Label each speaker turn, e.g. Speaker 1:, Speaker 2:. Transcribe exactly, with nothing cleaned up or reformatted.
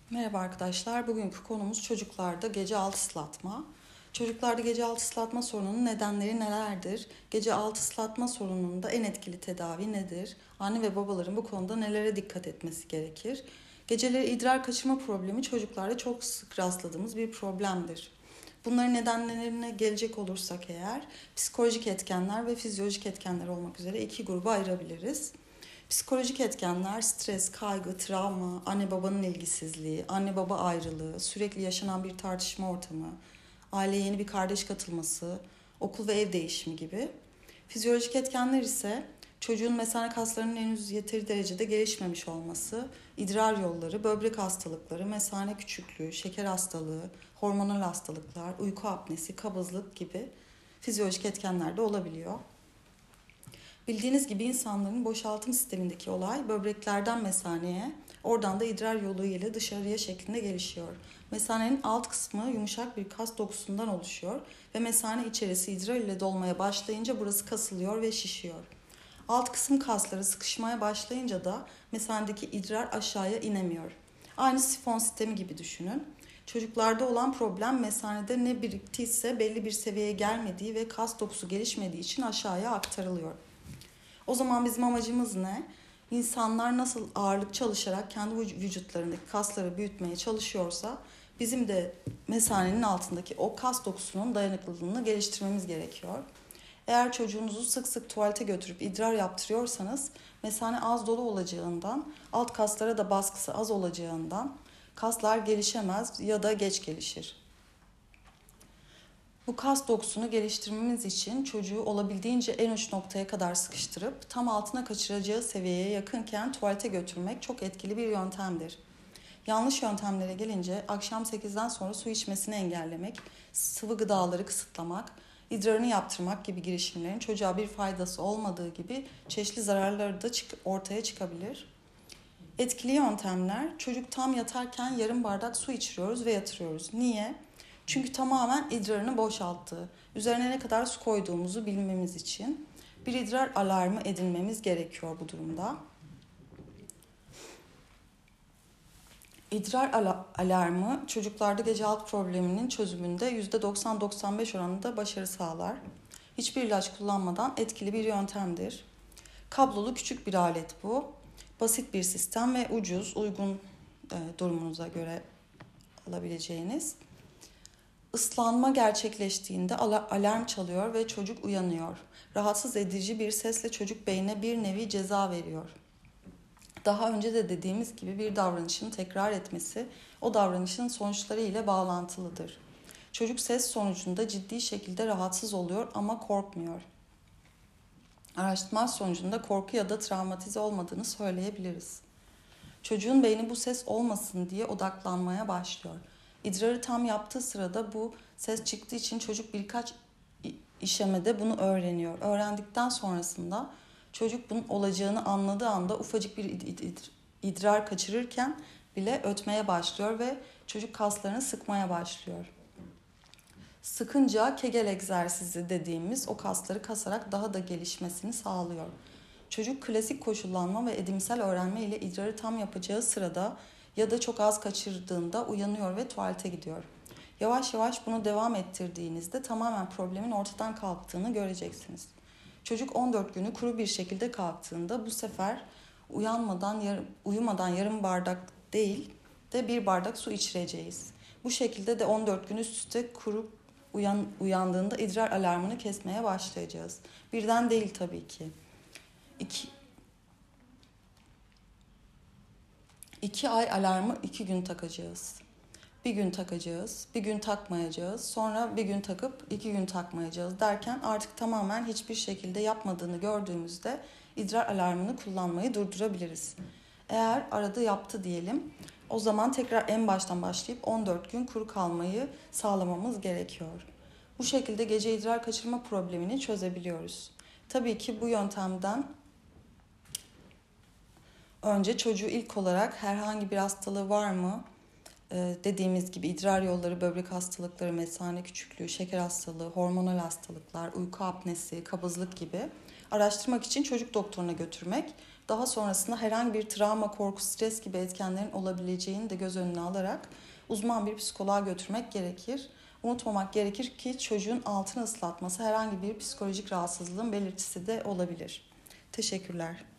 Speaker 1: Merhaba arkadaşlar. Bugünkü konumuz çocuklarda gece altı ıslatma. Çocuklarda gece altı ıslatma sorununun nedenleri nelerdir? Gece altı ıslatma sorununda en etkili tedavi nedir? Anne ve babaların bu konuda nelere dikkat etmesi gerekir? Geceleri idrar kaçırma problemi çocuklarda çok sık rastladığımız bir problemdir. Bunların nedenlerine gelecek olursak eğer, psikolojik etkenler ve fizyolojik etkenler olmak üzere iki gruba ayırabiliriz. Psikolojik etkenler stres, kaygı, travma, anne babanın ilgisizliği, anne baba ayrılığı, sürekli yaşanan bir tartışma ortamı, aileye yeni bir kardeş katılması, okul ve ev değişimi gibi. Fizyolojik etkenler ise çocuğun mesane kaslarının henüz yeteri derecede gelişmemiş olması, idrar yolları, böbrek hastalıkları, mesane küçüklüğü, şeker hastalığı, hormonal hastalıklar, uyku apnesi, kabızlık gibi fizyolojik etkenler de olabiliyor. Bildiğiniz gibi insanların boşaltım sistemindeki olay böbreklerden mesaneye, oradan da idrar yolu ile dışarıya şeklinde gelişiyor. Mesanenin alt kısmı yumuşak bir kas dokusundan oluşuyor ve mesane içerisi idrar ile dolmaya başlayınca burası kasılıyor ve şişiyor. Alt kısım kasları sıkışmaya başlayınca da mesanedeki idrar aşağıya inemiyor. Aynı sifon sistemi gibi düşünün. Çocuklarda olan problem mesanede ne biriktiyse belli bir seviyeye gelmediği ve kas dokusu gelişmediği için aşağıya aktarılıyor. O zaman bizim amacımız ne? İnsanlar nasıl ağırlık çalışarak kendi vücutlarındaki kasları büyütmeye çalışıyorsa bizim de mesanenin altındaki o kas dokusunun dayanıklılığını geliştirmemiz gerekiyor. Eğer çocuğunuzu sık sık tuvalete götürüp idrar yaptırıyorsanız mesane az dolu olacağından, alt kaslara da baskısı az olacağından kaslar gelişemez ya da geç gelişir. Bu kas dokusunu geliştirmemiz için çocuğu olabildiğince en uç noktaya kadar sıkıştırıp tam altına kaçıracağı seviyeye yakınken tuvalete götürmek çok etkili bir yöntemdir. Yanlış yöntemlere gelince akşam sekizden sonra su içmesini engellemek, sıvı gıdaları kısıtlamak, idrarını yaptırmak gibi girişimlerin çocuğa bir faydası olmadığı gibi çeşitli zararları da ortaya çıkabilir. Etkili yöntemler, çocuk tam yatarken yarım bardak su içiriyoruz ve yatırıyoruz. Niye? Çünkü tamamen idrarını boşalttı. Üzerine ne kadar su koyduğumuzu bilmemiz için bir idrar alarmı edinmemiz gerekiyor bu durumda. İdrar alarmı çocuklarda gece altı probleminin çözümünde yüzde doksan doksan beş oranında başarı sağlar. Hiçbir ilaç kullanmadan etkili bir yöntemdir. Kablolu küçük bir alet bu. Basit bir sistem ve ucuz, uygun e, durumunuza göre alabileceğiniz. Islanma gerçekleştiğinde alarm çalıyor ve çocuk uyanıyor. Rahatsız edici bir sesle çocuk beynine bir nevi ceza veriyor. Daha önce de dediğimiz gibi bir davranışın tekrar etmesi o davranışın sonuçları ile bağlantılıdır. Çocuk ses sonucunda ciddi şekilde rahatsız oluyor ama korkmuyor. Araştırma sonucunda korku ya da travmatize olmadığını söyleyebiliriz. Çocuğun beyni bu ses olmasın diye odaklanmaya başlıyor. İdrarı tam yaptığı sırada bu ses çıktığı için çocuk birkaç işemede bunu öğreniyor. Öğrendikten sonrasında çocuk bunun olacağını anladığı anda ufacık bir idrar kaçırırken bile ötmeye başlıyor ve çocuk kaslarını sıkmaya başlıyor. Sıkınca Kegel egzersizi dediğimiz o kasları kasarak daha da gelişmesini sağlıyor. Çocuk klasik koşullanma ve edimsel öğrenme ile idrarı tam yapacağı sırada ya da çok az kaçırdığında uyanıyor ve tuvalete gidiyor. Yavaş yavaş bunu devam ettirdiğinizde tamamen problemin ortadan kalktığını göreceksiniz. Çocuk on dört günü kuru bir şekilde kalktığında bu sefer uyanmadan, uyumadan yarım bardak değil de bir bardak su içireceğiz. Bu şekilde de on dört gün üst üste kuru uyan, uyandığında idrar alarmını kesmeye başlayacağız. Birden değil tabii ki. İki, iki ay alarmı iki gün takacağız. Bir gün takacağız, bir gün takmayacağız, sonra bir gün takıp iki gün takmayacağız derken artık tamamen hiçbir şekilde yapmadığını gördüğümüzde idrar alarmını kullanmayı durdurabiliriz. Eğer arada yaptı diyelim, o zaman tekrar en baştan başlayıp on dört gün kuru kalmayı sağlamamız gerekiyor. Bu şekilde gece idrar kaçırma problemini çözebiliyoruz. Tabii ki bu yöntemden önce çocuğu ilk olarak herhangi bir hastalığı var mı? Ee, dediğimiz gibi idrar yolları, böbrek hastalıkları, mesane küçüklüğü, şeker hastalığı, hormonal hastalıklar, uyku apnesi, kabızlık gibi araştırmak için çocuk doktoruna götürmek daha sonrasında herhangi bir travma, korku, stres gibi etkenlerin olabileceğini de göz önüne alarak uzman bir psikoloğa götürmek gerekir. Unutmamak gerekir ki çocuğun altını ıslatması herhangi bir psikolojik rahatsızlığın belirtisi de olabilir. Teşekkürler.